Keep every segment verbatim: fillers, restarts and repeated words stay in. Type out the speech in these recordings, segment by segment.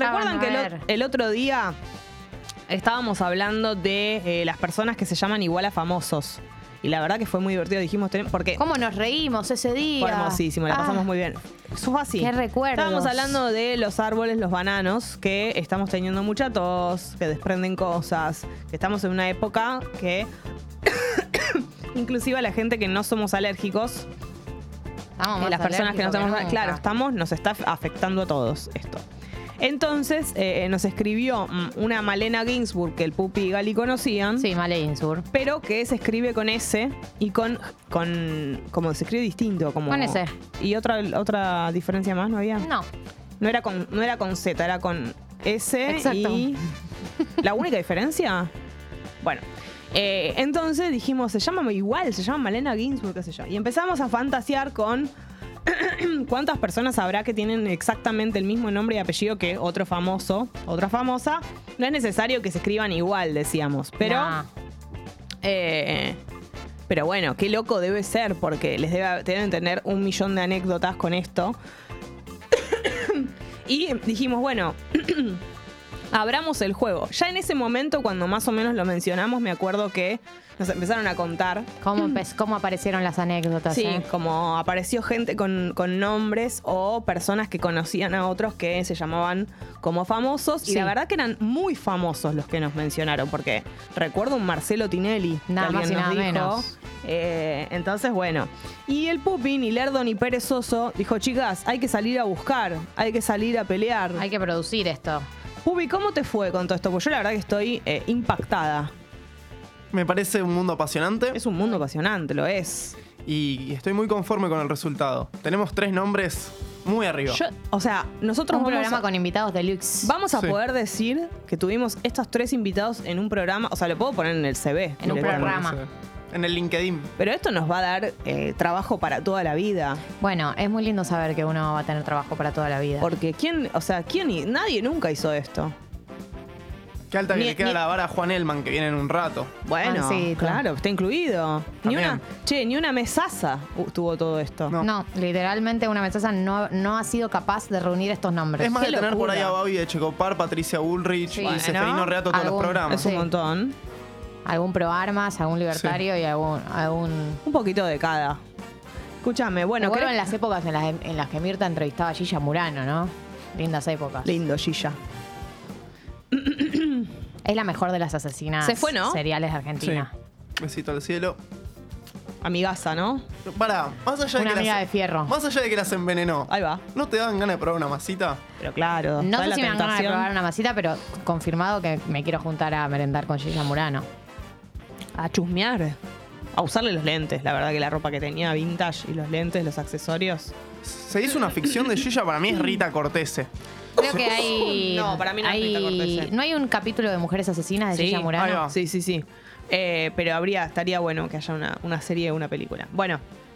¿Recuerdan que el, el otro día estábamos hablando de eh, las personas que se llaman igual a famosos? Y la verdad que fue muy divertido. Dijimos, porque ¿cómo nos reímos ese día? Fue hermosísimo, la ah, pasamos muy bien. Eso fue así. Qué recuerdos. Estábamos hablando de los árboles, los bananos, que estamos teniendo mucha tos, que desprenden cosas, que estamos en una época que inclusive a la gente que no somos alérgicos, estamos eh, las personas que no somos, nunca. claro, estamos, nos está afectando a todos esto. Entonces eh, nos escribió una Malena Ginsburg que el Pupi y Gali conocían. Sí, Malena Ginsburg. Pero que se escribe con S y con, con como se escribe distinto. Como, con S. ¿Y otra, otra diferencia más no había? No. No era con, no era con Z, era con S. Exacto. Y ¿la única diferencia? Bueno. Eh, entonces dijimos, se llama igual, se llama Malena Ginsburg, qué sé yo. Y empezamos a fantasear con ¿cuántas personas habrá que tienen exactamente el mismo nombre y apellido que otro famoso, otra famosa? No es necesario que se escriban igual, decíamos. Pero, nah. eh, pero bueno, qué loco debe ser, porque les debe, deben tener un millón de anécdotas con esto. Y dijimos, bueno, abramos el juego. Ya en ese momento, cuando más o menos lo mencionamos, me acuerdo que nos empezaron a contar. ¿Cómo, cómo aparecieron las anécdotas? Sí, eh? como apareció gente con, con nombres o personas que conocían a otros que se llamaban como famosos. Sí. Y la verdad que eran muy famosos los que nos mencionaron, porque recuerdo un Marcelo Tinelli. Nada que más y nos nada dijo. menos. Eh, entonces, bueno. Y el Pupi, ni lerdo ni perezoso, dijo, chicas, hay que salir a buscar, hay que salir a pelear. Hay que producir esto. Pupi, ¿cómo te fue con todo esto? Porque yo la verdad que estoy eh, impactada. Me parece un mundo apasionante. Es un mundo apasionante, lo es. Y estoy muy conforme con el resultado. Tenemos tres nombres muy arriba. Yo, o sea, nosotros un vamos programa a, con invitados deluxe. Vamos a sí. poder decir que tuvimos estos tres invitados en un programa. O sea, lo puedo poner en el C V. En un programa. En el LinkedIn. Pero esto nos va a dar eh, trabajo para toda la vida. Bueno, es muy lindo saber que uno va a tener trabajo para toda la vida. Porque quién, o sea, quién, nadie nunca hizo esto. Qué alta Ni, que le queda ni, la vara a Juan Elman, que viene en un rato. Bueno, sí, claro, está incluido. Ni una, che, ni una mesaza tuvo todo esto. No, no literalmente una mesaza no, no ha sido capaz de reunir estos nombres. Es más Qué de tener locura. por ahí a Babi de Checopar, Patricia Bullrich Sí. y Bueno, Seferino Reato todos algún, los programas. Es un montón. Algún pro armas, algún libertario sí. y algún, algún... Un poquito de cada. Escúchame, bueno... Recuerdo en las épocas en las, en las que Mirta entrevistaba a Gilla Murano, ¿no? Lindas épocas. Lindo, Gilla. Es la mejor de las asesinas Se fue, ¿no? seriales de Argentina. Sí. Besito al cielo. Amigaza, ¿no? Pará, más allá de una que amiga las, de fierro. Más allá de que las envenenó. Ahí va. ¿No te daban ganas de probar una masita? Pero claro. No sé la si me dan ganas de tentación? probar una masita, pero confirmado que me quiero juntar a merendar con Gilla Murano. A chusmear. A usarle los lentes. La verdad que la ropa que tenía vintage y los lentes, los accesorios. Se hizo una ficción de Gilla, para mí es Rita Cortese. Creo que hay... No, para mí no es hay, Rita Cortese. ¿No hay un capítulo de Mujeres Asesinas de Sí, Gilla ahí Murano? va. Sí, sí, sí. Eh, pero habría, estaría bueno que haya una, una serie o una película. Bueno.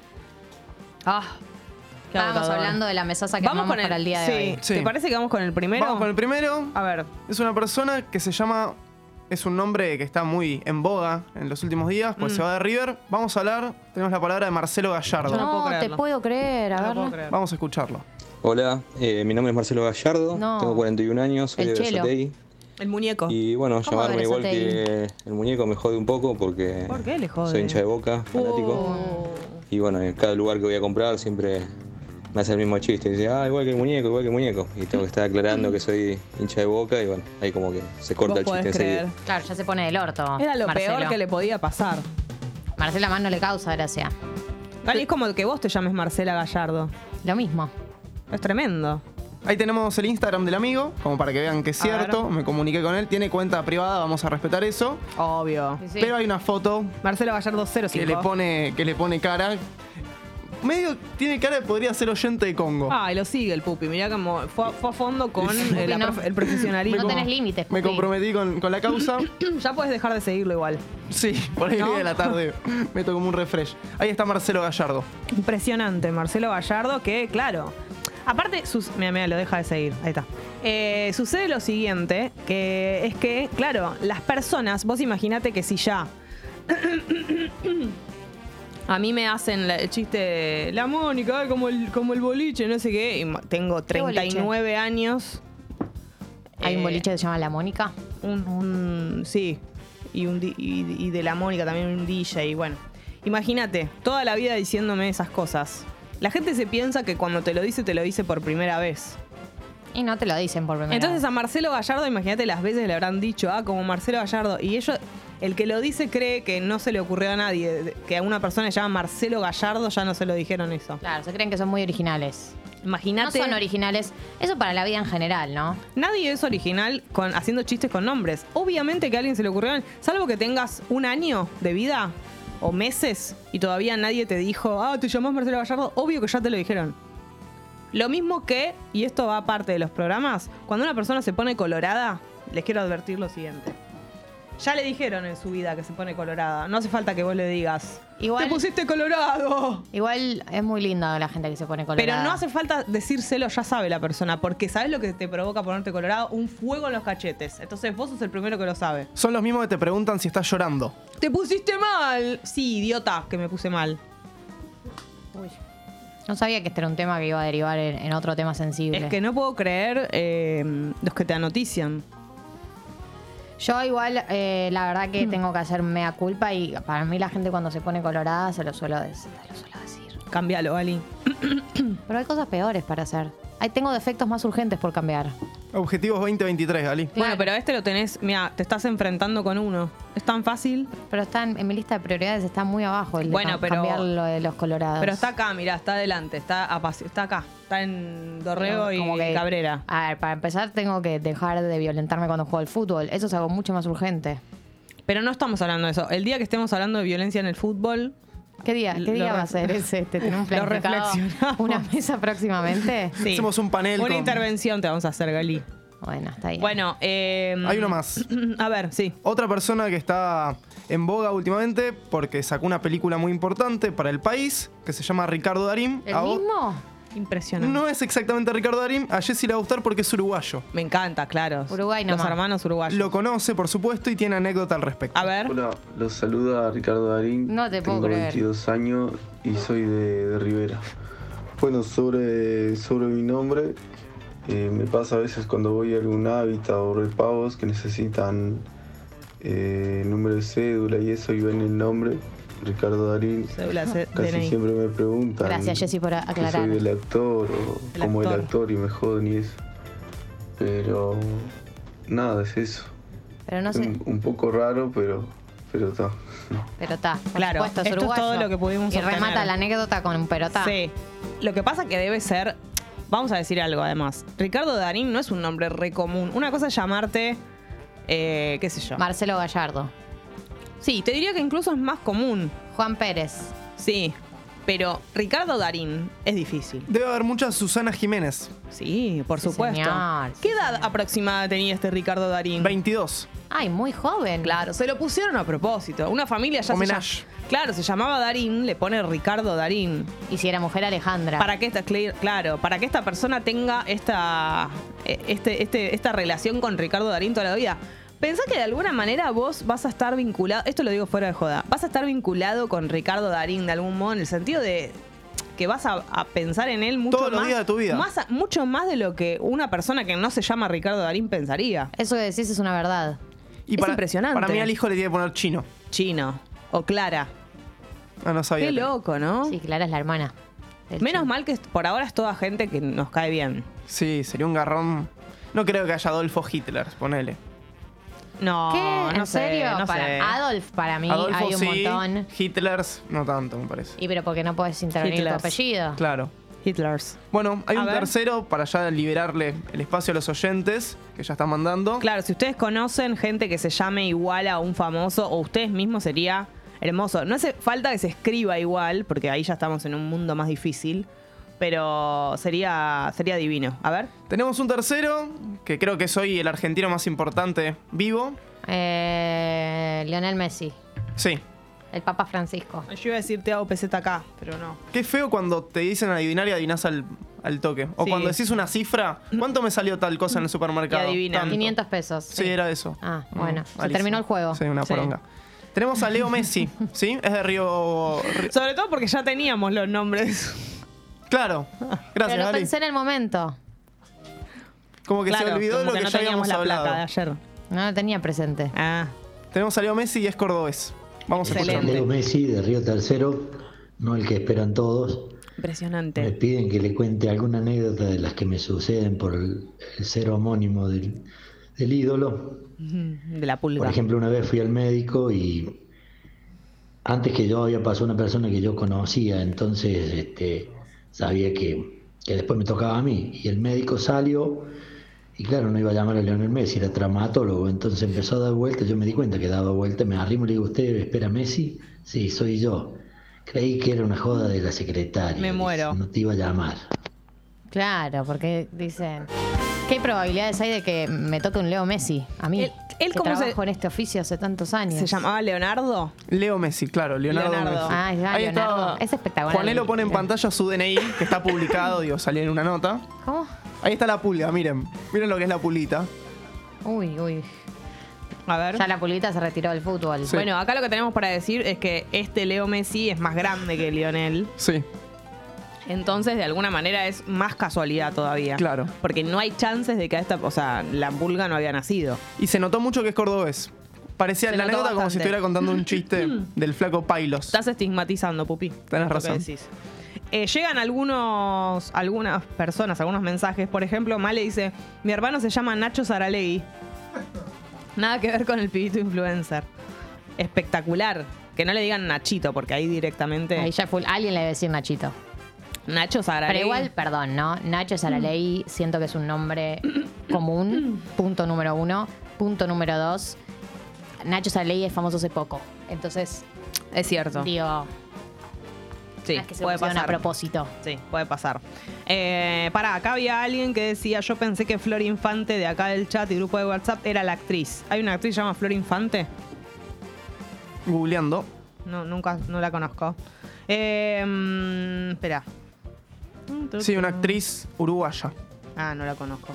Ah. qué Estábamos agotador. hablando de la mesaza que Vamos armamos con el, para el día de sí. hoy. Sí. ¿Te parece que vamos con el primero? Vamos con el primero. A ver. Es una persona que se llama... Es un nombre que está muy en boga en los últimos días, pues Mm. se va de River. Vamos a hablar, tenemos la palabra de Marcelo Gallardo. Yo no puedo No, te creerlo. puedo creer, a No lo ver. puedo creer. Vamos a escucharlo. Hola, eh, mi nombre es Marcelo Gallardo, No. tengo cuarenta y un años, soy El de Chelo. Berazategui. El muñeco. Y bueno, ¿Cómo llamarme igual Berazategui? que el muñeco me jode un poco porque ¿Por qué le jode? soy hincha de Boca, fanático. Oh. Y bueno, en cada lugar que voy a comprar siempre me hace el mismo chiste. Dice, ah, igual que el muñeco, igual que el muñeco. Y tengo que estar aclarando que soy hincha de Boca y bueno, ahí como que se corta Vos el chiste podés enseguida. creer. Claro, ya se pone del orto. Era lo Marcelo. peor que le podía pasar. Marcela más no le causa gracia. Gali, es como que vos te llames Marcela Gallardo. Lo mismo. Es tremendo. Ahí tenemos el Instagram del amigo, como para que vean que es A cierto. ver. Me comuniqué con él, tiene cuenta privada, vamos a respetar eso. Obvio. Sí, sí. Pero hay una foto Marcelo Gallardo cero cinco. que le pone, que le pone cara. Medio tiene cara de podría ser oyente de Congo. Ay, lo sigue el Pupi. Mirá cómo fue, fue a fondo con Sí. eh, la No. prof- el profesionalismo. No tenés límites, Me Pupi. comprometí con, con la causa. Ya puedes dejar de seguirlo igual. Sí, por ahí ¿No? de la tarde meto como un refresh. Ahí está Marcelo Gallardo. Impresionante, Marcelo Gallardo, que claro. Aparte, sus, mira, mira, lo deja de seguir. Ahí está. Eh, sucede lo siguiente, que es que, claro, las personas, vos imaginate que si ya a mí me hacen la- el chiste de la Mónica, ay, como el, como el boliche, no sé qué, y ma- tengo treinta y nueve años. Hay un Eh, boliche que se llama La Mónica. Un, un- sí, y, un, di- y, y de la Mónica también un D J. Y bueno, imagínate, toda la vida diciéndome esas cosas. La gente se piensa que cuando te lo dice, te lo dice por primera vez. Y no te lo dicen por primera Entonces vez. a Marcelo Gallardo, imagínate las veces le habrán dicho, ah, como Marcelo Gallardo. Y ellos, el que lo dice cree que no se le ocurrió a nadie, que a una persona que se llama Marcelo Gallardo ya no se lo dijeron eso. Claro, se creen que son muy originales. No Imagínate. son originales. Eso para la vida en general, ¿no? Nadie es original con, haciendo chistes con nombres. Obviamente que a alguien se le ocurrió, salvo que tengas un año de vida o meses y todavía nadie te dijo, ah, te llamás Marcelo Gallardo, obvio que ya te lo dijeron. Lo mismo que, y esto va aparte de los programas, cuando una persona se pone colorada, les quiero advertir lo siguiente. Ya le dijeron en su vida que se pone colorada. No hace falta que vos le digas, Igual- te pusiste colorado. Igual es muy linda la gente que se pone colorada. Pero no hace falta decírselo, ya sabe la persona, porque ¿sabes lo que te provoca ponerte colorado? Un fuego en los cachetes. Entonces vos sos el primero que lo sabe. Son los mismos que te preguntan si estás llorando. ¡Te pusiste mal! Sí, idiota, que me puse mal. Uy. No sabía que este era un tema que iba a derivar en, en otro tema sensible. Es que no puedo creer eh, los que te anotician. Yo igual, eh, la verdad que tengo que hacer mea culpa y para mí la gente cuando se pone colorada se lo suelo, des- se lo suelo decir. Cámbialo, Ali. Pero hay cosas peores para hacer. Ahí tengo defectos más urgentes por cambiar. Objetivos veinte veintitrés, Gali. Bueno, pero este lo tenés, mira, te estás enfrentando con uno. Es tan fácil. Pero está en, en mi lista de prioridades, está muy abajo el de Bueno, cam- pero- cambiar lo de los colorados. Pero está acá, mirá, está adelante, está, apaci- está acá. Está en Dorrego y Como que- Cabrera. A ver, para empezar tengo que dejar de violentarme cuando juego al fútbol. Eso es algo mucho más urgente. Pero no estamos hablando de eso. El día que estemos hablando de violencia en el fútbol, ¿Qué día, qué Lo día va a ref- ser ese? ¿Te tenemos Lo planificado reflexionamos. una mesa próximamente? sí. Hacemos un panel Una con- intervención te vamos a hacer, Gali. Bueno, está bien. Bueno, eh, Hay uno más. A ver, sí. Otra persona que está en boga últimamente porque sacó una película muy importante para el país que se llama Ricardo Darín. ¿El A vos- mismo? Impresionante. No es exactamente Ricardo Darín. A Jessy le va a gustar porque es uruguayo. Me encanta, claro. Uruguay Los nomás. hermanos uruguayos. Lo conoce, por supuesto, y tiene anécdota al respecto. A ver. Hola, los saluda Ricardo Darín. No te puedo Tengo creer. veintidós años y soy de, de Rivera. Bueno, sobre, sobre mi nombre, eh, me pasa a veces cuando voy a algún hábitat o repagos que necesitan eh, número de cédula y eso y ven el nombre, Ricardo Darín. Cédula, C- Casi D N I. siempre me preguntan Gracias, Jessy, por que aclarar. soy del actor o El como el actor. actor y me joden y eso. Pero nada, es eso. Pero no sé. Un, un poco raro, pero pero está. Pero está. Por Claro, supuesto, es esto es uruguayo. todo lo que pudimos Y obtener. remata la anécdota con un pero está. Sí. Lo que pasa que debe ser. Vamos a decir algo además. Ricardo Darín no es un nombre re común. Una cosa es llamarte. Eh, ¿Qué sé yo? Marcelo Gallardo. Sí, te diría que incluso es más común. Juan Pérez. Sí. Pero Ricardo Darín es difícil. Debe haber muchas Susana Jiménez. Sí, por Sí, supuesto. señor. ¿Qué Sí, edad señor. aproximada tenía este Ricardo Darín? veintidós. Ay, muy joven. Claro, se lo pusieron a propósito. Una familia ya Homenaje. se llama. Claro, se llamaba Darín, le pone Ricardo Darín. Y si era mujer, Alejandra. Para que esta, claro, para que esta persona tenga esta, eh, este, este, esta relación con Ricardo Darín toda la vida. Pensá que de alguna manera vos vas a estar vinculado, esto lo digo fuera de joda, vas a estar vinculado con Ricardo Darín de algún modo en el sentido de que vas a, a pensar en él mucho Todos los más, días de tu vida. más a- mucho más de lo que una persona que no se llama Ricardo Darín pensaría. Eso que decís es una verdad. Y Es para, impresionante. Para mí al hijo le tiene que poner chino. Chino o Clara. Ah, no sabía. Qué que- loco, ¿no? Sí, Clara es la hermana. del Menos chico. mal que por ahora es toda gente que nos cae bien. Sí, sería un garrón. No creo que haya Adolfo Hitler, ponele. No, ¿Qué? no ¿En sé, serio? no para sé. Adolf, para mí, Adolfo hay un sí, montón. Hitlers no tanto, me parece. Y pero porque no puedes intervenir Hitlers. tu apellido. Claro. Hitlers. Bueno, hay A un ver. tercero para ya liberarle el espacio a los oyentes que ya están mandando. Claro, si ustedes conocen gente que se llame igual a un famoso o ustedes mismos sería hermoso. No hace falta que se escriba igual, porque ahí ya estamos en un mundo más difícil, pero sería, sería divino. A ver. Tenemos un tercero, que creo que soy el argentino más importante vivo. Eh, Lionel Messi. Sí. El Papa Francisco. Yo iba a decir te hago P Z acá, pero no. Qué feo cuando te dicen adivinar y adivinás al, al toque. O Sí. cuando decís una cifra, ¿cuánto me salió tal cosa en el supermercado? Y adivina. Tanto. quinientos pesos. Sí, era eso. Ah, Mm, bueno. Se malísimo. terminó el juego. Sí, una Sí. poronga. Tenemos a Leo Messi, ¿sí? Es de Río... Río- Sobre todo porque ya teníamos los nombres. Claro. Pero Gracias, lo Gali. pensé en el momento. Como que Claro, se olvidó de como lo que, no ya teníamos habíamos la hablado. placa de ayer. No lo tenía presente. Ah, Tenemos a Leo Messi y es cordobés. Vamos a Excelente. escuchar. Leo Messi de Río Tercero, no el que esperan todos. Me impresionante. piden que le cuente alguna anécdota de las que me suceden por el, el ser homónimo del, del ídolo. De la pulga. Por ejemplo, una vez fui al médico y antes que yo había pasado una persona que yo conocía, entonces este, sabía que, que después me tocaba a mí. Y el médico salió y claro, no iba a llamar a Lionel Messi, era traumatólogo. Entonces empezó a dar vueltas, yo me di cuenta que daba vueltas, me arrimo y le digo, ¿usted espera a Messi? Sí, soy yo. Creí que era una joda de la secretaria. Me muero. Dice, no te iba a llamar. Claro, porque dicen... ¿Qué probabilidades hay de que me toque un Leo Messi? A mí, Él- él que cómo se- trabajo en este oficio hace tantos años. ¿Se llamaba Leonardo? Leo Messi, claro, Leonardo, Leonardo. Messi. Ah, ya, Ahí Leonardo. está. Es espectacular. Juanelo pone en Le- pantalla su D N I, que está publicado, digo, salió en una nota. ¿Cómo? Ahí está la pulga, miren. Miren lo que es la pulita. Uy, uy. A ver. Ya la pulita se retiró del fútbol. Sí. Bueno, acá lo que tenemos para decir es que este Leo Messi es más grande que Lionel. Sí, Entonces, de alguna manera, es más casualidad todavía. claro. Porque no hay chances de que a esta, o sea, la pulga no había nacido. Y se notó mucho que es cordobés. Parecía Se la notó anécdota como bastante. si estuviera contando un chiste del flaco Pailos. Estás estigmatizando, Pupi. Tenés lo que razón. decís. Eh, llegan algunos, algunas personas, algunos mensajes. Por ejemplo, Male dice: mi hermano se llama Nacho Saralegui. Nada que ver con el pibito influencer. Espectacular. Que no le digan Nachito, porque ahí directamente. Ahí ya full. Alguien le debe decir Nachito. Nacho Saralegui. Pero igual, perdón, ¿no? Nacho Saralegui siento que es un nombre común. Punto número uno. Punto número dos. Nacho Saralegui es famoso hace poco. Entonces, Es cierto. digo, Sí, no es que se puede pusieron a pasar. propósito. Sí, puede pasar. Eh, pará, acá había alguien que decía: yo pensé que Flor Infante de acá del chat y grupo de WhatsApp era la actriz. ¿Hay una actriz llamada Flor Infante? Googleando. No, nunca, no la conozco. Eh, mm, espera. Sí, una actriz uruguaya. Ah, no la conozco.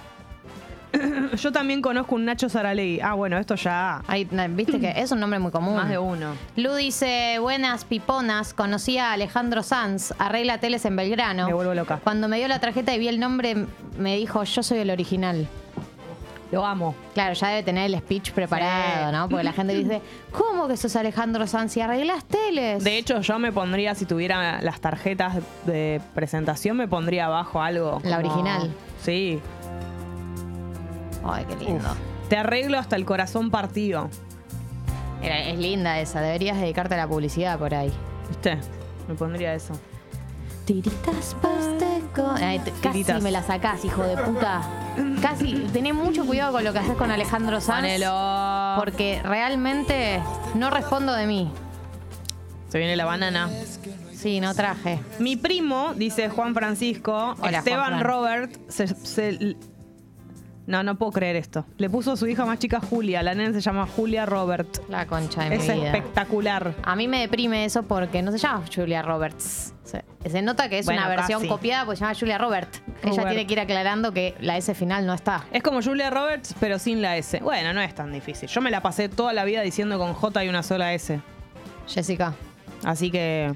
Yo también conozco un Nacho Saralegui. Ah, bueno, esto ya. Ay, na- Viste que es un nombre muy común. Más de uno. Lu dice, buenas piponas, conocí a Alejandro Sanz, arregla teles en Belgrano. Me vuelvo loca. Cuando me dio la tarjeta y vi el nombre, me dijo, yo soy el original. Lo amo. Claro, ya debe tener el speech preparado, Sí. ¿no? Porque la gente dice, ¿cómo que sos Alejandro Sanz y arreglas teles? De hecho, yo me pondría, si tuviera las tarjetas de presentación, me pondría abajo algo. La como- original. Sí. Ay, qué lindo. Te arreglo hasta el corazón partido. Era- es linda esa, deberías dedicarte a la publicidad por ahí. ¿Viste? Me pondría eso. Tiritas pasteco. Ay, te- casi Tiritas. me la sacás, hijo de puta. Casi. Tené mucho cuidado con lo que haces con Alejandro Sanz. Ponelo. Porque realmente no respondo de mí. Se viene la banana. Sí, no traje. Mi primo, dice Juan Francisco, Hola, Esteban Juan Fran. Robert, se, se- no, no puedo creer esto. Le puso a su hija más chica Julia. La nena se llama Julia Robert. La concha de Es mi vida. espectacular. A mí me deprime eso porque no se llama Julia Roberts. Se, se nota que es Bueno, una versión casi. copiada porque se llama Julia Robert. Ella Robert. tiene que ir aclarando que la S final no está. Es como Julia Roberts, pero sin la S. Bueno, no es tan difícil. Yo me la pasé toda la vida diciendo con J y una sola S. Jessica. Así que,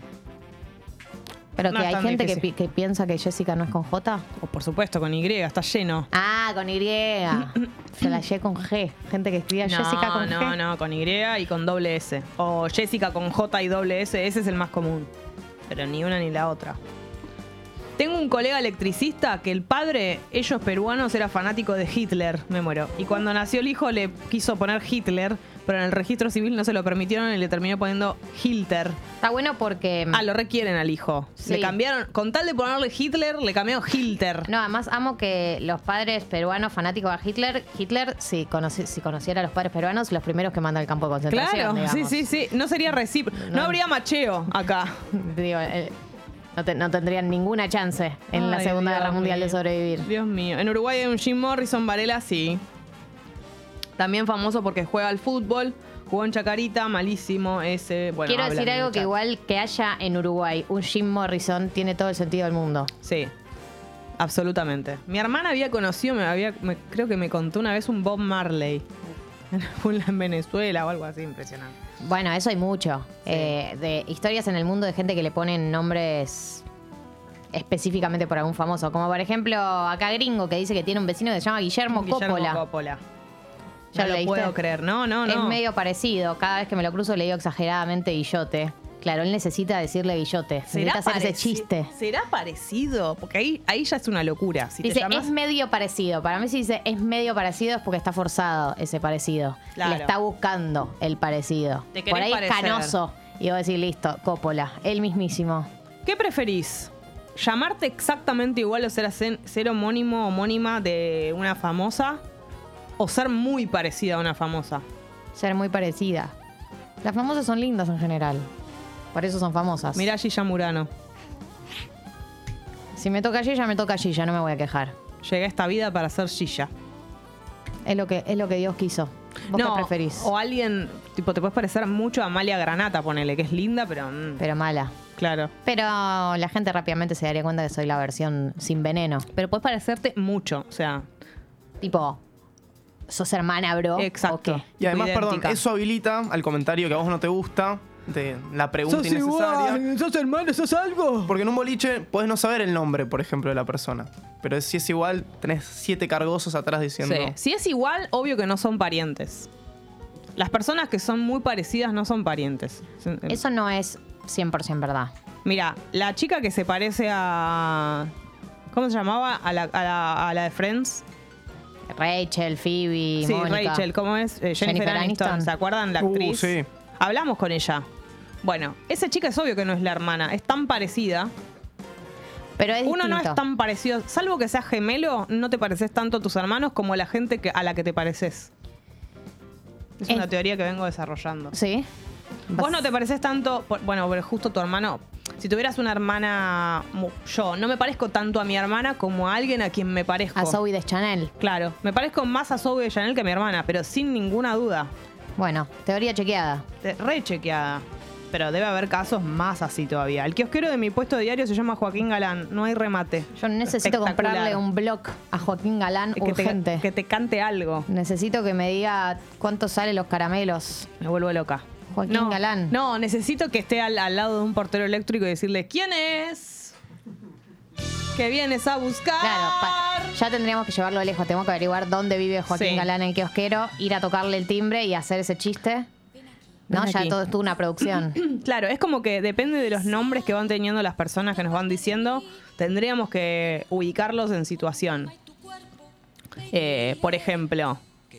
Pero No que es hay tan gente que, difícil. pi- que piensa que Jessica no es con J. oh, por supuesto, con Y, está lleno. Ah, con Y. Se la llevé con G. Gente que escribía No, Jessica con no, G. no, con Y y con doble S. O Jessica con J y doble S, ese es el más común. Pero ni una ni la otra. Tengo un colega electricista que el padre, ellos peruanos, era fanático de Hitler. Me muero. Y cuando nació el hijo le quiso poner Hitler, pero en el registro civil no se lo permitieron y le terminó poniendo Hilter. Está bueno porque. Ah, lo requieren al hijo. Sí. Le cambiaron, con tal de ponerle Hitler, le cambió Hilter. No, además amo que los padres peruanos fanáticos a Hitler, Hitler, si, conoci- si conociera a los padres peruanos, los primeros que manda al campo de concentración. Claro, sí, digamos. sí, sí. No sería recíproco. No. No. habría macheo acá. Digo, eh, no, te- no tendrían ninguna chance en la Ay, Segunda Dios Guerra Mundial mío. de sobrevivir. Dios mío. En Uruguay hay un Jim Morrison Varela, sí. También famoso porque juega al fútbol. Jugó en Chacarita, malísimo ese. Bueno, Quiero hablan decir en el algo que chat. igual que haya en Uruguay un Jim Morrison tiene todo el sentido del mundo. Sí, absolutamente. Mi hermana había conocido, me había, me- creo que me contó una vez un Bob Marley. En Venezuela o algo así, impresionante. Bueno, eso hay mucho. Eh, de historias en el mundo de gente que le ponen nombres específicamente por algún famoso. Como por ejemplo, acá Gringo, que dice que tiene un vecino que se llama Guillermo, Guillermo Coppola. Coppola. ¿Ya no lo lo leíste? puedo creer. No, no, no. Es medio parecido. Cada vez que me lo cruzo le digo exageradamente Guillote. Claro, él necesita decirle Guillote. Necesita hacer ese pareci- chiste. ¿Será parecido? Porque ahí, ahí ya es una locura. Si Dice, te llamas... es medio parecido. Para mí si dice es medio parecido es porque está forzado ese parecido. Claro. Le está buscando el parecido. Te querés Por ahí parecer. es canoso. Y vos decís, listo, Coppola, él mismísimo. ¿Qué preferís? ¿Llamarte exactamente igual o ser, ser homónimo o homónima de una famosa? ¿O ser muy parecida a una famosa? Ser muy parecida. Las famosas son lindas en general. Por eso son famosas. Mirá a Gilla Murano. Si me toca Gilla, me toca Gilla, no me voy a quejar. Llegué a esta vida para ser Gilla. Es lo que, es lo que Dios quiso. ¿Vos No, qué preferís? o alguien, tipo, te puedes parecer mucho a Amalia Granata, ponele, que es linda, pero... mm, Pero mala. claro. Pero la gente rápidamente se daría cuenta que soy la versión sin veneno. Pero puedes parecerte mucho, o sea... Tipo, ¿sos hermana, bro? Exacto. ¿O qué? Y además, Idéntica. perdón, eso habilita al comentario que a vos no te gusta, de la pregunta innecesaria. ¿Sos hermano? ¿Sos algo? Porque en un boliche podés no saber el nombre, por ejemplo, de la persona. Pero si es igual, tenés siete cargosos atrás diciendo... Sí. Si es igual, obvio que no son parientes. Las personas que son muy parecidas no son parientes. Eso no es cien por ciento verdad. Mira, la chica que se parece a... ¿Cómo se llamaba? A la, a la, a la de Friends. Rachel, Phoebe, Sí, Mónica. Rachel, ¿cómo es? Eh, Jennifer, Jennifer Aniston. Aniston. ¿Se acuerdan? La Uh, actriz. sí. Hablamos con ella. Bueno, esa chica es obvio que no es la hermana. Es tan parecida. Pero es Uno no distinto. es tan parecido. Salvo que seas gemelo, no te pareces tanto a tus hermanos como a la gente que, a la que te pareces. Es Es- una teoría que vengo desarrollando. Sí. Vos no te pareces tanto, por- bueno, pero justo tu hermano, si tuvieras una hermana, mu- yo no me parezco tanto a mi hermana como a alguien a quien me parezco. A Zoe de Chanel. Claro, me parezco más a Zoe de Chanel que a mi hermana, pero sin ninguna duda. Bueno, teoría chequeada. Te- Re chequeada. Pero debe haber casos más así todavía. El kiosquero de mi puesto de diario se llama Joaquín Galán. No hay remate. Yo necesito Espectacular. comprarle un blog a Joaquín Galán que urgente. te, que te cante algo. Necesito que me diga cuánto salen los caramelos. Me vuelvo loca. Joaquín no, Galán. No, necesito que esté al, al lado de un portero eléctrico y decirle, ¿quién es? Que vienes a buscar. Claro, pa- ya tendríamos que llevarlo lejos. Tengo que averiguar dónde vive Joaquín Sí. Galán, el kiosquero, ir a tocarle el timbre y hacer ese chiste. No, Ven ya aquí. todo es toda una producción. Claro, es como que depende de los nombres que van teniendo las personas que nos van diciendo, tendríamos que ubicarlos en situación. Eh, por ejemplo.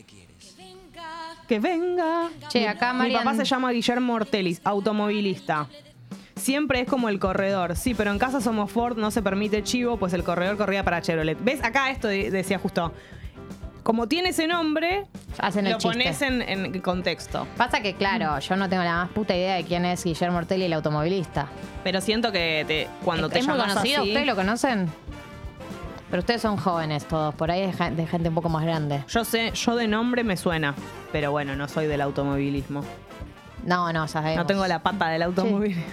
Que venga. Che, Mi- acá Mi Marian- papá se llama Guillermo Ortelis, automovilista. Siempre es como el corredor. Sí, pero en casa somos Ford, no se permite chivo, pues el corredor corría para Chevrolet. ¿Ves? Acá esto de- decía justo. Como tiene ese nombre, Hacen el lo chiste. pones en, en contexto. Pasa que, claro, yo no tengo la más puta idea de quién es Guillermo Ortelli, el automovilista. Pero siento que te, cuando ¿Es, te es muy llamas conocido? así, ¿Ustedes lo conocen? Pero ustedes son jóvenes todos, por ahí es de, de gente un poco más grande. Yo sé, yo de nombre me suena, pero bueno, no soy del automovilismo. No, no, sabemos. No tengo la pata del automovilismo.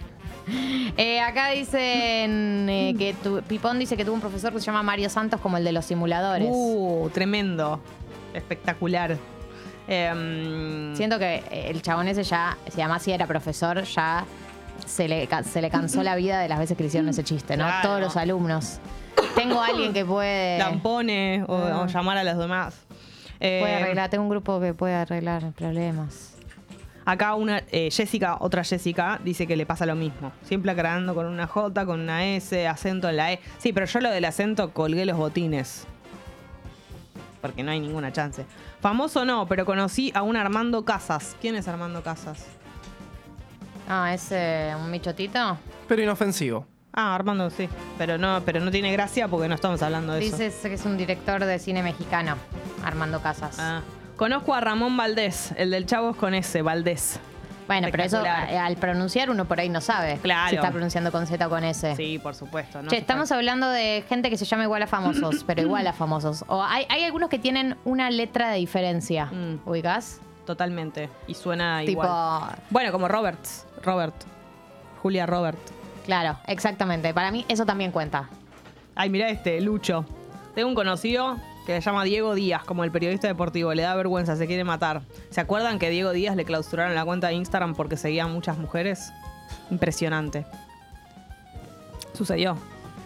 Eh, acá dicen eh, que tu, Pipón dice que tuvo un profesor que se llama Mario Santos como el de los simuladores. Uh, tremendo. Espectacular. Em, Siento que el chabón ese ya, si además si era profesor, ya se le, ca- se le cansó la vida de las veces que le hicieron ese chiste, ¿no? Claro. Todos los alumnos. Tengo a alguien que puede, Lampones o, Ah. o llamar a los demás. Eh, puede arreglar. Tengo un grupo que puede arreglar problemas. Acá una eh, Jessica, otra Jessica, dice que le pasa lo mismo. Siempre aclarando con una J, con una S, acento en la E. Sí, pero yo lo del acento colgué los botines. Porque no hay ninguna chance. Famoso no, pero conocí a un Armando Casas. ¿Quién es Armando Casas? Ah, ¿es eh, un michotito? Pero inofensivo. Ah, Armando, sí. Pero no, pero no tiene gracia porque no estamos hablando de eso. Dices que es un director de cine mexicano, Armando Casas. Ah. Conozco a Ramón Valdés, el del Chavos con S, Valdés. Bueno, pero eso Espectacular. eh, al pronunciar uno por ahí no sabe Claro. si está pronunciando con Z o con S. Sí, por supuesto. No Che, hace estamos falta. hablando de gente que se llama igual a famosos, pero igual a famosos. O hay, hay algunos que tienen una letra de diferencia. Mm. ¿Ubicás? Totalmente. Y suena Tipo, igual. Bueno, como Roberts. Robert. Julia Robert. claro, exactamente. Para mí eso también cuenta. Ay, mirá este, Lucho. Tengo un conocido que se llama Diego Díaz, como el periodista deportivo. Le da vergüenza, se quiere matar. ¿Se acuerdan que Diego Díaz le clausuraron la cuenta de Instagram porque seguía a muchas mujeres? Impresionante. Sucedió.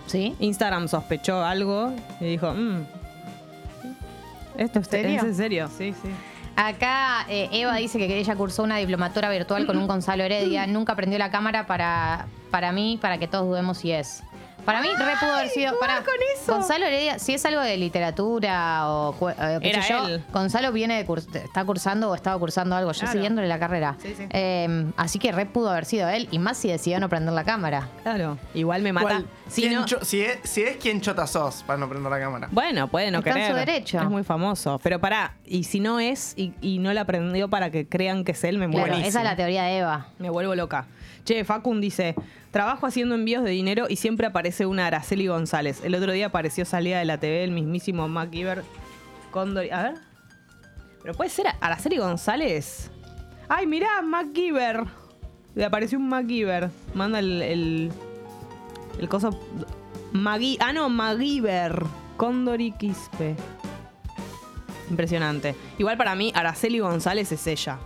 ¿Sí? Instagram sospechó algo y dijo, mmm, ¿esto es serio? ¿Es en serio? Sí, sí. Acá eh, Eva dice que ella cursó una diplomatura virtual con un Gonzalo Heredia. Nunca prendió la cámara para, para mí, para que todos dudemos si es. Para mí, re pudo haber sido. Para, con eso. Gonzalo Heredia, si es algo de literatura o cu- eh, qué Era sé yo, él. Gonzalo viene de curs- está cursando o estaba cursando algo, yo Claro. siguiéndole la carrera. Sí, sí. Eh, así que re pudo haber sido él, y más si decidió no prender la cámara. Claro. Igual me mata. ¿Cuál? Si ¿Quién no, cho- si, es, si es quien chota sos, para no prender la cámara. bueno, puede no Está en querer. su derecho. Es muy famoso. Pero pará, y si no es y, y no la aprendió para que crean que es él, me Claro, muero. esa es la teoría de Eva. Me vuelvo loca. Che, Facun dice, trabajo haciendo envíos de dinero y siempre aparece una Araceli González. El otro día apareció salida de la T V el mismísimo MacGyver Condor. A ver. Pero puede ser Araceli González. Ay, mirá, MacGyver. Le apareció un MacGyver. Manda el... El, el coso... Magui, ah, no, MacGyver. Cóndor y Quispe. Impresionante. Igual para mí, Araceli González es ella.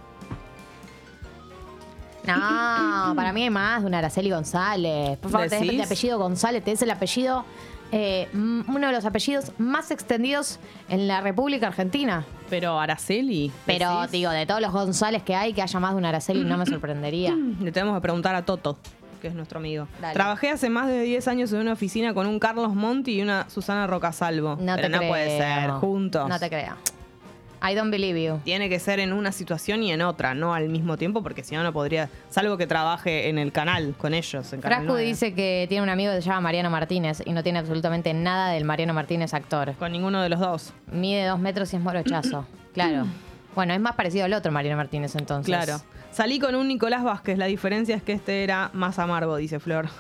No, para mí hay más de una Araceli González. Por favor, tenés ¿Decís? el apellido González, tenés el apellido, eh, m- uno de los apellidos más extendidos en la República Argentina. Pero Araceli. Pero ¿decís? digo, de todos los González que hay, que haya más de una Araceli no me sorprendería. Le tenemos que preguntar a Toto, que es nuestro amigo. Dale. Trabajé hace más de diez años en una oficina con un Carlos Monti y una Susana Rocasalvo. No Pero te no creo. puede ser, juntos. No te creo. I don't believe you. Tiene que ser en una situación y en otra, no al mismo tiempo, porque si no, no podría. Salvo que trabaje en el canal con ellos. En Canal Frasco nueve. dice que tiene un amigo que se llama Mariano Martínez y no tiene absolutamente nada del Mariano Martínez actor. Con ninguno de los dos. Mide dos metros y es morochazo. Claro. Bueno, es más parecido al otro Mariano Martínez entonces. Claro. Salí con un Nicolás Vázquez. La diferencia es que este era más amargo, dice Flor.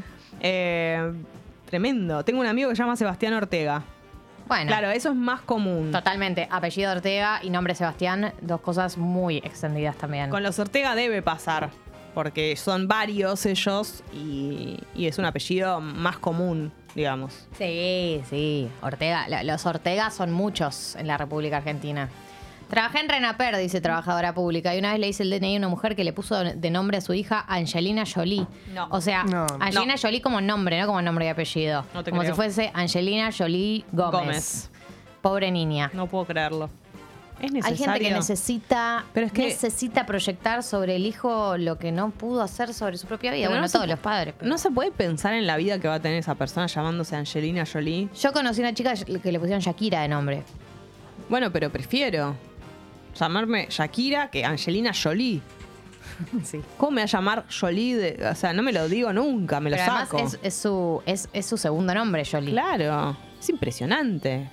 Eh, tremendo. Tengo un amigo que se llama Sebastián Ortega. Bueno. Claro, eso es más común. Totalmente. Apellido Ortega y nombre Sebastián, dos cosas muy extendidas también. Con los Ortega debe pasar, porque son varios ellos y, y es un apellido más común, digamos. Sí, sí. Ortega. la- Los Ortega son muchos en la República Argentina. Trabajé en Renaper, dice trabajadora pública, y una vez le hice el D N I a una mujer que le puso de nombre a su hija Angelina Jolie. No. O sea, No. Angelina No. Jolie como nombre, no como nombre y apellido. No te como creo. si fuese Angelina Jolie Gómez. Gómez. Pobre niña. No puedo creerlo. Es Hay necesario. gente que necesita, Pero es que- necesita proyectar sobre el hijo lo que no pudo hacer sobre su propia vida. Pero Bueno, no se todos pu- los padres. pero- No se puede pensar en la vida que va a tener esa persona llamándose Angelina Jolie. Yo conocí una chica que le pusieron Shakira de nombre. Bueno, pero prefiero llamarme Shakira que Angelina Jolie. Sí. ¿Cómo me va a llamar Jolie? de- o sea, no me lo digo nunca, me lo Pero además saco. es, es su, es, es su segundo nombre, Jolie. Claro, es impresionante.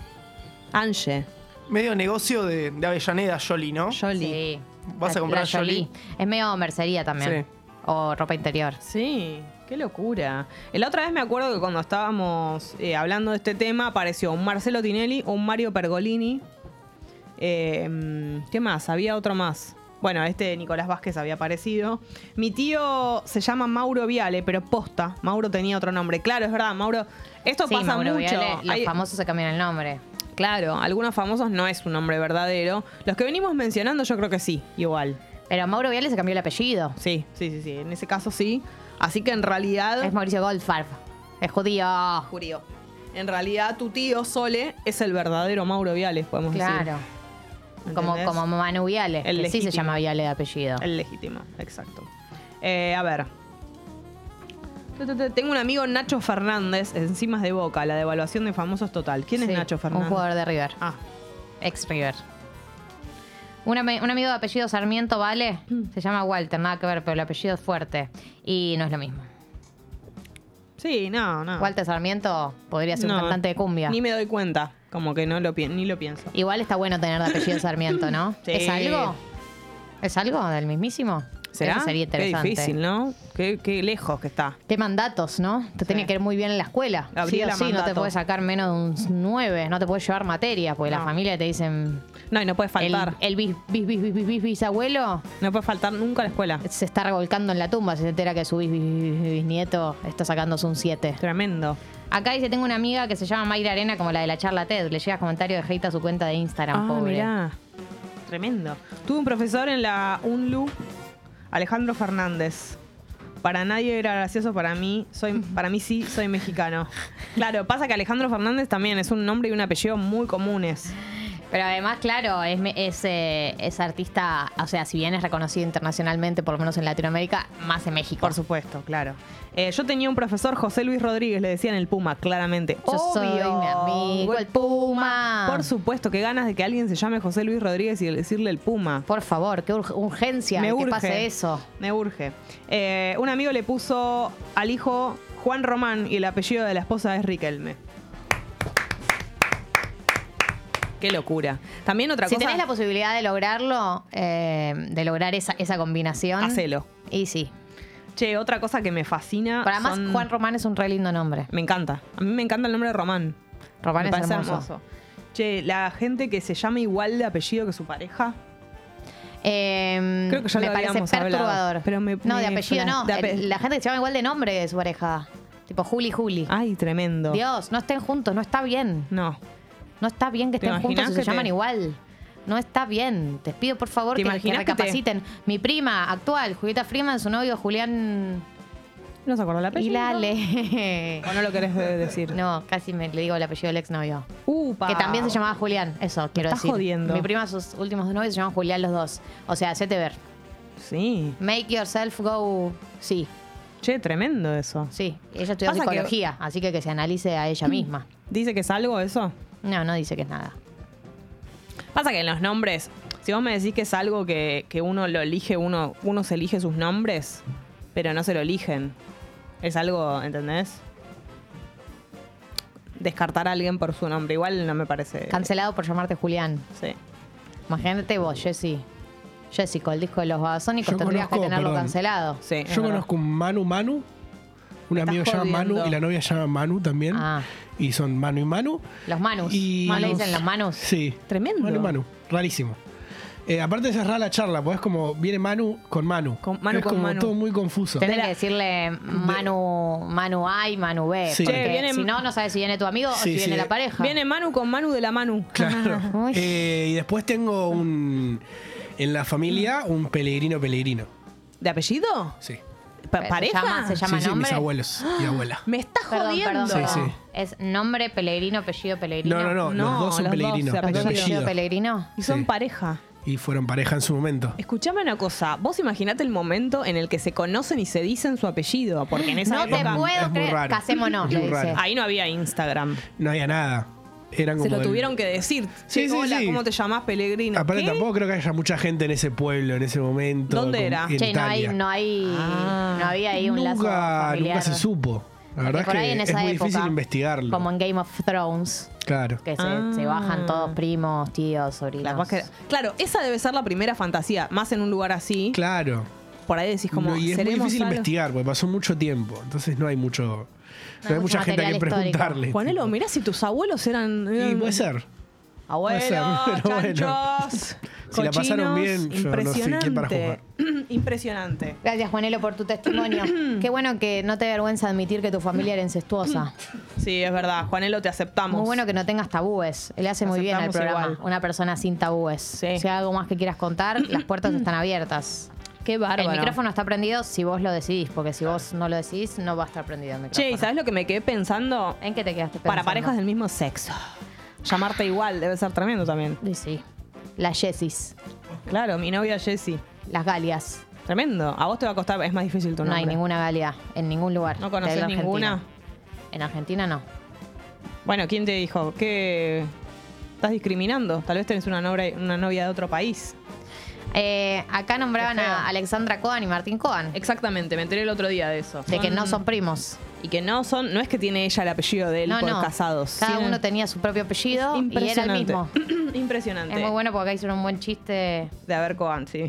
Ange, Medio negocio de, de Avellaneda, Jolie, ¿no? Jolie. Sí. Vas a La- comprar la Jolie. Es medio mercería también. Sí. O ropa interior. Sí, qué locura. La otra vez me acuerdo que cuando estábamos eh, hablando de este tema apareció un Marcelo Tinelli, un Mario Pergolini. Eh, ¿Qué más? Había otro más. Bueno, este Nicolás Vázquez había aparecido. Mi tío se llama Mauro Viale, pero posta. Mauro tenía otro nombre. Claro, es verdad, Mauro. Esto Sí, pasa Mauro mucho. Viale, los Hay- famosos se cambian el nombre. Claro, algunos famosos no es un nombre verdadero. Los que venimos mencionando yo creo que sí, igual. Pero Mauro Viale se cambió el apellido. Sí, sí, sí, sí. En ese caso sí. Así que en realidad... Es Mauricio Goldfarb. Es judío. Judío. En realidad tu tío Sole es el verdadero Mauro Viale, podemos decir. Claro. Como, ¿Entendés? como Manu Viale, El que sí se legítimo. llama Viale de apellido. El legítimo, exacto. Eh, a ver. Tu, tu, tu, Tengo un amigo Nacho Fernández, encima de Boca, la devaluación de famosos total. ¿Quién Sí, es Nacho Fernández? Un jugador de River. Ah, Ex River. Un, ami- un amigo de apellido Sarmiento, ¿vale? Se llama Walter, nada que ver, pero el apellido es fuerte. Y no es lo mismo. sí, no, no. Walter Sarmiento podría ser No, un cantante de cumbia. Ni me doy cuenta, como que no lo pi- ni lo pienso. Igual está bueno tener de apellido Sarmiento, ¿no? Sí. ¿Es algo? ¿Es algo del mismísimo? ¿Será? Eso sería interesante. Qué difícil, ¿no? Qué, qué lejos que está. Qué mandatos, ¿no? Te tiene que ir muy bien en la escuela. Gabriela sí o sí, no te Mandato. puedes sacar menos de un nueve, no te puedes llevar materia, porque la No. familia te dicen... No, y no puede El, faltar. el bis, bis, bis, bis, bis, bis- bisabuelo No puede faltar nunca a la escuela. se está revolcando en la tumba, se entera que su bis, bis, bis- bis- bisnieto está sacándose un siete. Tremendo. Acá dice, tengo una amiga que se llama Mayra Arena, como la de la charla TED. Le llega comentarios de hate a su cuenta de Instagram, Ah, pobre. mirá. Tremendo. Tuve un profesor en la UNLU, Alejandro Fernández. Para nadie era gracioso, para mí, soy, para mí sí, soy mexicano. Claro, pasa que Alejandro Fernández también es un nombre y un apellido muy comunes. Pero además, claro, es, es, eh, es artista, o sea, si bien es reconocido internacionalmente, por lo menos en Latinoamérica, más en México. Por supuesto, claro. Eh, yo tenía un profesor, José Luis Rodríguez, le decían el Puma, claramente. Yo soy Obvio. mi amigo, el Puma. Por supuesto, qué ganas de que alguien se llame José Luis Rodríguez y decirle el Puma. Por favor, qué ur- urgencia Me que urge. pase eso. Me urge. Eh, un amigo le puso al hijo Juan Román y el apellido de la esposa es Riquelme. Qué locura. También otra Si cosa. tenés la posibilidad de lograrlo, eh, de lograr esa, esa combinación. Hacelo. Y sí. Che, otra cosa que me fascina. Pero además, son- Juan Román es un re lindo nombre. Me encanta. A mí me encanta el nombre de Román. Román me es parece hermoso. Che, la gente que se llama igual de apellido que su pareja. Eh, Creo que ya me lo parece habíamos perturbador. hablado, pero me- no, de me apellido fla- no. de ape- El- La gente que se llama igual de nombre de su pareja. Tipo Juli Juli. Ay, tremendo. Dios, no estén juntos, no está bien. No. No está bien que ¿Te estén juntos imaginas y se que te- llaman igual. No está bien. Te pido por favor ¿Te que, que imaginas que te- recapaciten. Mi prima actual, Julieta Freeman, su novio Julián ¿No se acuerda el apellido? Hilale. ¿O no lo querés de- decir? No, casi me le digo el apellido del exnovio. Upa. Que también se llamaba Julián, eso quiero estás decir. jodiendo. Mi prima, sus últimos dos novios se llaman Julián los dos. O sea, hacete ver. Sí. Make yourself go. Sí, Che, tremendo eso. sí. Ella estudió Pasa que- psicología, así que que se analice a ella misma. ¿Dice que es algo eso? No, no dice que es nada. Pasa que en los nombres, si vos me decís que es algo que, que uno lo elige, uno, uno se elige sus nombres, pero no se lo eligen. Es algo, ¿entendés? Descartar a alguien por su nombre. Igual no me parece. Cancelado por llamarte Julián. Sí. Imagínate vos, Jessy. Jessico, el disco de los babasónicos, Yo tendrías conozco, que tenerlo perdón. cancelado. Sí, es Yo verdad. conozco un Manu Manu. Un Me amigo estás se llama Manu jodiendo. y la novia se llama Manu también. Ah. Y son Manu y Manu. Los Manus. Y ¿No le dicen los Manus? Sí. Tremendo. Manu y Manu. Rarísimo. Eh, aparte de cerrar la charla, pues es como viene Manu con Manu. Con Manu es con como Manu. todo muy confuso. Tenés que decirle Manu, Manu A y Manu B. Sí. Porque Che, viene- si no, no sabes si viene tu amigo o Sí, si viene sí. la pareja. Viene Manu con Manu de la Manu. Claro. Uy. Eh, y después tengo un. En la familia, un Pellegrino Pellegrino. ¿De apellido? Sí. Pa- ¿Se ¿Pareja? llama- se llama sí, sí, nombre? mis abuelos y abuela. Me estás Perdón, jodiendo. perdón, Sí, perdón. sí. Es nombre Pellegrino, apellido Pellegrino. No, no, no, No, los dos son los dos Pellegrino. de ¿Los dos apellido. apellido Pellegrino? Y son Sí. pareja. Y fueron pareja en su momento. Escuchame una cosa. Vos imaginate el momento en el que se conocen y se dicen su apellido. Porque en esa No te época puedo es muy creer. raro. Casémonos, Es le muy dice. raro. ahí no había Instagram. No había nada. Eran Se como lo el- tuvieron que decir. Sí, Che, sí, hola, sí. ¿cómo te llamás, Pellegrino? Aparte ¿Qué? tampoco creo que haya mucha gente en ese pueblo en ese momento. ¿Dónde como era? En Che, no hay, Italia. no hay, Ah. no había ahí un lazo nunca, familiar. nunca se supo. La verdad es Por ahí que en es esa muy época, difícil investigarlo. Como en Game of Thrones, Claro. que se, Ah. se bajan todos primos, tíos, sobrinos. La verdad que- Claro, esa debe ser la primera fantasía. Más en un lugar así. Claro. Por ahí decís como. No, y es muy ¿seremos difícil algo? investigar porque pasó mucho tiempo. Entonces no hay mucho. No, hay mucho mucha gente a quien material histórico. preguntarle. Ponelo, tipo. mirá si tus abuelos eran. Y eran- puede ser. Abuelos, Puede ser, pero bueno. chanchos, Si la pasaron cochinos. bien, yo no soy quien para Impresionante. Impresionante. Gracias, Juanelo, por tu testimonio. Qué bueno que no te vergüenza admitir que tu familia era incestuosa. Sí, es verdad. Juanelo, te aceptamos. Muy bueno que no tengas tabúes. Él hace muy bien al Aceptamos programa. igual. Una persona sin tabúes. Sí. Si hay algo más que quieras contar, las puertas están abiertas. Qué bárbaro. El micrófono está prendido si vos lo decidís, porque si vos no lo decidís, no va a estar prendido el micrófono. Che, ¿y sabes lo que me quedé pensando? ¿En qué te quedaste pensando? Para parejas del mismo sexo. Llamarte igual debe ser tremendo también. Sí, sí. Las Jessis, Claro, mi novia Jessie. las Galias. Tremendo. A vos te va a costar, es más difícil tu No nombre. hay ninguna Galia en ningún lugar. ¿No de conoces la Argentina. ninguna? En Argentina no. Bueno, ¿quién te dijo? ¿Qué estás discriminando? Tal vez tenés una novia, una novia de otro país. Eh, acá nombraban Qué feo. a Alexandra Cohen y Martín Cohen. Exactamente, me enteré el otro día de eso. De que no son primos. Y que no son, no es que tiene ella el apellido de él No, por no. casados. Cada Tienen- uno tenía su propio apellido y era el mismo. Impresionante. Es muy bueno porque acá hicieron un buen chiste. De haber Coan, sí.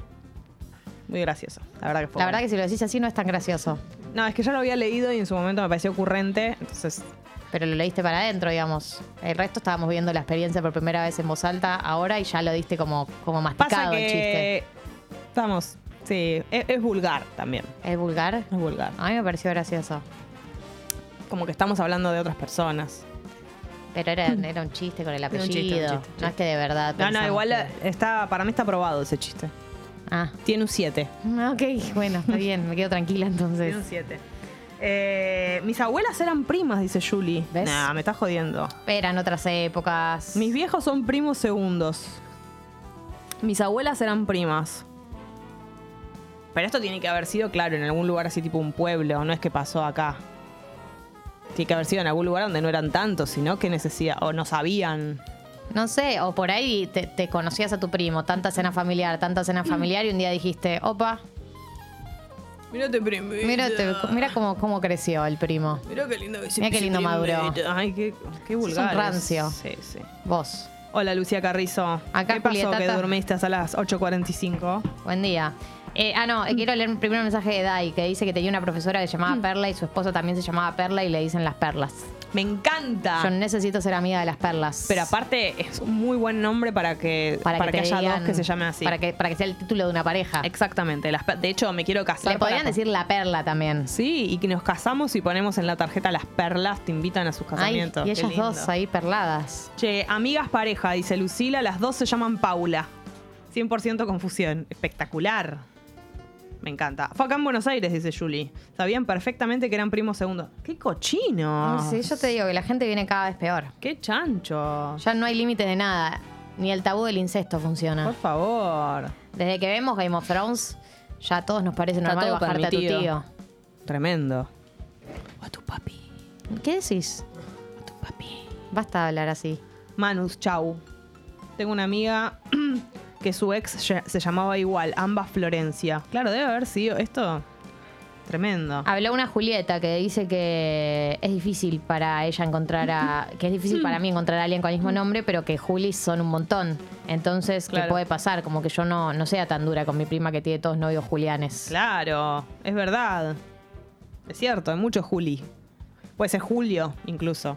Muy gracioso. La verdad que fue. La verdad que si lo decís así no es tan gracioso. No, es que ya lo había leído y en su momento me pareció ocurrente. Entonces, Pero lo leíste para adentro, digamos. El resto estábamos viendo la experiencia por primera vez en voz alta ahora y ya lo diste como, como pasa masticado el chiste. que. Estamos. Sí, es, es vulgar también. ¿Es vulgar? Es vulgar. A mí me pareció gracioso. Como que estamos hablando de otras personas. Pero era, era un chiste con el un apellido. chiste, un chiste, No es que de verdad. No, no, pensamos igual que- está, para mí está aprobado ese chiste. Ah. Tiene un siete. Ok, bueno, está bien, me quedo tranquila entonces. Tiene un siete. Eh, mis abuelas eran primas, dice Julie. ¿Ves? Nah, me estás jodiendo. Eran otras épocas. Mis viejos son primos segundos. Mis abuelas eran primas. Pero esto tiene que haber sido, claro, en algún lugar así tipo un pueblo. No es que pasó acá. Tiene que haber sido en algún lugar donde no eran tantos, sino que necesidad o no sabían. No sé, o por ahí te, te conocías a tu primo, tanta cena familiar, tanta cena familiar, y un día dijiste, opa, Mírate primito. mírate, mira cómo, cómo creció el primo. Mirá qué lindo que se Mirá qué lindo maduró. Ay, qué, qué Sos vulgar. un rancio. Sí, sí. Vos. Hola, Lucía Carrizo. Acá ¿Qué pasó Julieta que está- dormiste hasta las ocho cuarenta y cinco? Buen día. Eh, ah, no, eh, quiero leer primero un mensaje de Dai, que dice que tenía una profesora que se llamaba Perla y su esposo también se llamaba Perla y le dicen las perlas. Me encanta. Yo necesito ser amiga de las perlas. Pero aparte es un muy buen nombre para que, para que, te haya digan- dos que se llamen así. Para que, para que sea el título de una pareja. Exactamente. Las per- de hecho, me quiero casar. Le podrían para- decir la perla también. Sí, y que nos casamos y ponemos en la tarjeta las perlas, te invitan a sus Ay, casamientos. y Qué ellas lindo. dos ahí perladas. Che, amigas pareja, dice Lucila, las dos se llaman Paula. cien por ciento confusión. Espectacular. Me encanta. Fue acá en Buenos Aires, dice Julie. Sabían perfectamente que eran primos segundos. ¡Qué cochino! Sí, yo te digo que la gente viene cada vez peor. ¡Qué chancho! Ya no hay límite de nada. Ni el tabú del incesto funciona. Por favor. Desde que vemos Game of Thrones, ya a todos nos parece Está normal todo bajarte a tu permitido. tío. Tremendo. O a tu papi. ¿Qué decís? A tu papi. Basta de hablar así. Manus, chau. Tengo una amiga que su ex ll- se llamaba igual, ambas Florencia. Claro, debe haber sido esto tremendo. Habló una Julieta que dice que es difícil para ella encontrar a... que es difícil para mí encontrar a alguien con el mismo nombre, pero que Julis son un montón. Entonces, ¿qué Claro. puede pasar? Como que yo no, no sea tan dura con mi prima que tiene todos novios Julianes. Claro, es verdad. Es cierto, hay mucho Juli. Puede ser Julio, incluso.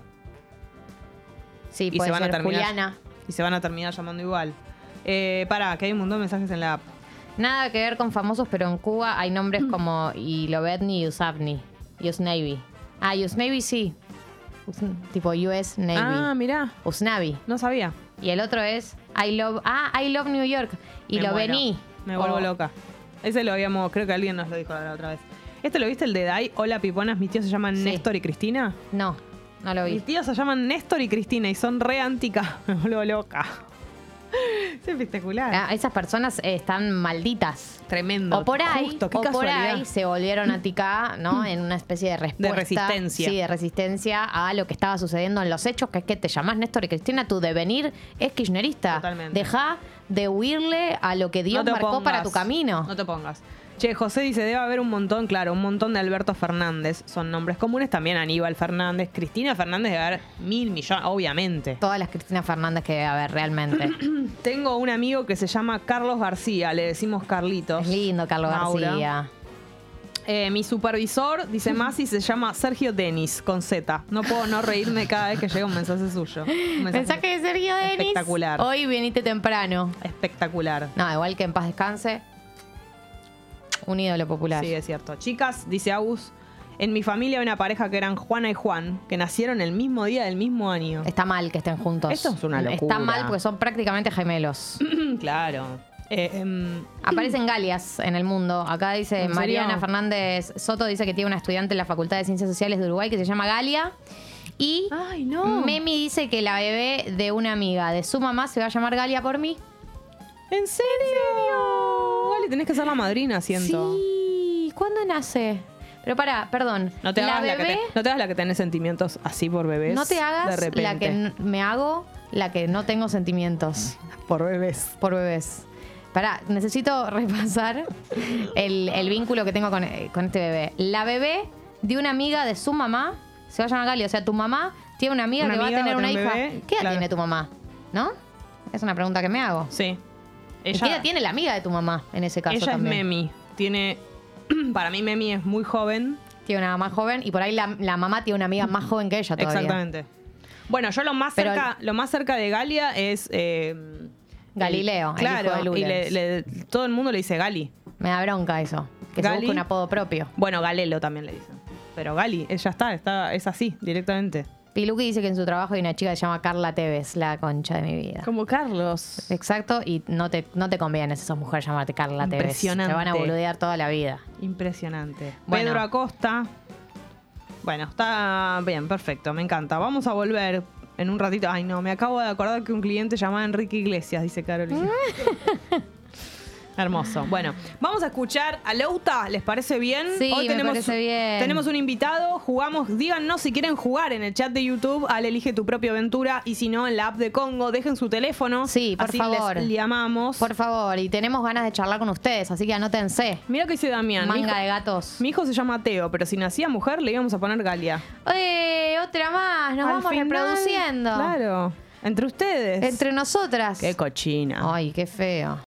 Sí, Y puede se van a ser terminar- Juliana. Y se van a terminar llamando igual. Eh, pará, que hay un montón de mensajes en la app. Nada que ver con famosos, pero en Cuba hay nombres como Ilovedni y Usavni. Usnavi. Ah, Usnavi sí. Us- tipo U S Navy. Ah, mirá, Usnavi. no sabía. Y el otro es I Love... Ah, I Love New York. Y Me lo muero. vení. Me vuelvo O- loca. Ese lo habíamos, creo que alguien nos lo dijo la otra vez. ¿Este lo viste, el de Dai? Hola, piponas, mis tíos se llaman Sí. Néstor y Cristina. No, no lo vi. Mis tíos se llaman Néstor y Cristina y son re antica. Me vuelvo loca. Es espectacular. Ah, esas personas eh, están malditas. Tremendo. O por ahí, Justo, qué o por casualidad. ahí se volvieron antica, ¿no? En una especie de respuesta. resistencia. Sí, de resistencia a lo que estaba sucediendo en los hechos, que es que te llamás Néstor y Cristina, tu devenir es kirchnerista. Totalmente. Deja de huirle a lo que Dios No te marcó pongas. para tu camino. No te pongas. Che, José dice, debe haber un montón, claro, un montón de Alberto Fernández. Son nombres comunes. También Aníbal Fernández. Cristina Fernández debe haber mil millones, obviamente. Todas las Cristina Fernández que debe haber realmente. Tengo un amigo que se llama Carlos García. Le decimos Carlitos. Es lindo, Carlos Maura. García. Eh, mi supervisor, dice Masi, se llama Sergio Denis, con Z. No puedo no reírme cada vez que llega un mensaje suyo. Un mensaje Mensaje de Sergio Denis. espectacular. Hoy viniste temprano. Espectacular. No, igual que en paz descanse. Un ídolo popular. Sí, es cierto. Chicas, dice Agus, en mi familia hay una pareja que eran Juana y Juan, que nacieron el mismo día del mismo año. Está mal que estén juntos. Esto es una Está locura. mal porque son prácticamente gemelos. Claro. Eh, em, Aparecen Galias en el mundo. Acá dice ¿En serio? Mariana Fernández Soto, dice que tiene una estudiante en la Facultad de Ciencias Sociales de Uruguay que se llama Galia. Y Ay, no. Memi dice que la bebé de una amiga de su mamá se va a llamar Galia por mí. ¿En serio? Vale, tenés que ser la madrina, siento. Sí. ¿Cuándo nace? Pero pará, perdón. No te, la hagas la que bebé, te- no te hagas la que tenés sentimientos así por bebés. no te de hagas repente. la que n- me hago, la que no tengo sentimientos Por bebés. por bebés. Pará, necesito repasar el, el vínculo que tengo con, eh, con este bebé. La bebé de una amiga de su mamá se va a llamar Galia. O sea, tu mamá tiene una amiga Una que va a amiga, tener va a una tener hija. un bebé, ¿Qué edad claro. tiene tu mamá? ¿No? Es una pregunta que me hago. Sí. ¿Y Ella, ¿Qué edad tiene la amiga de tu mamá en ese caso ella también? es Memi. Tiene. Para mí, Memi es muy joven. Tiene una más joven y por ahí la, la mamá tiene una amiga más joven que ella todavía. Exactamente. Bueno, yo lo más Pero cerca, lo más cerca de Galia es. eh, Galileo, el claro, hijo de y le- Lulens. le- todo el mundo le dice Gali. Me da bronca eso. Que Gali. se busque un apodo propio. Bueno, Galelo también le dicen. Pero Gali, ella está, está, es así, directamente. Piluki dice que en su trabajo hay una chica que se llama Carla Tevez, la concha de mi vida. Como Carlos. Exacto, y no te, no te conviene esas mujeres llamarte Carla Tevez. Impresionante. Te van a boludear toda la vida. Impresionante. Bueno. Pedro Acosta. Bueno, está bien, perfecto, me encanta. Vamos a volver en un ratito. Ay, no, me acabo de acordar que un cliente llamaba Enrique Iglesias, dice Carolina. Hermoso. Bueno, vamos a escuchar a Louta, ¿les parece bien? Sí, Hoy me tenemos, parece bien. Tenemos un invitado, jugamos, díganos si quieren jugar en el chat de YouTube al Elige tu propia aventura y si no en la app de Congo, dejen su teléfono. Sí, por así favor. les llamamos. Por favor, y tenemos ganas de charlar con ustedes, así que anótense. Mira que dice Damián. mi Manga hijo- de gatos. Mi hijo se llama Teo, pero si nacía mujer le íbamos a poner Galia. Eh, otra más, nos Al vamos final, reproduciendo. Claro. Entre ustedes. Entre nosotras. Qué cochina. Ay, qué feo.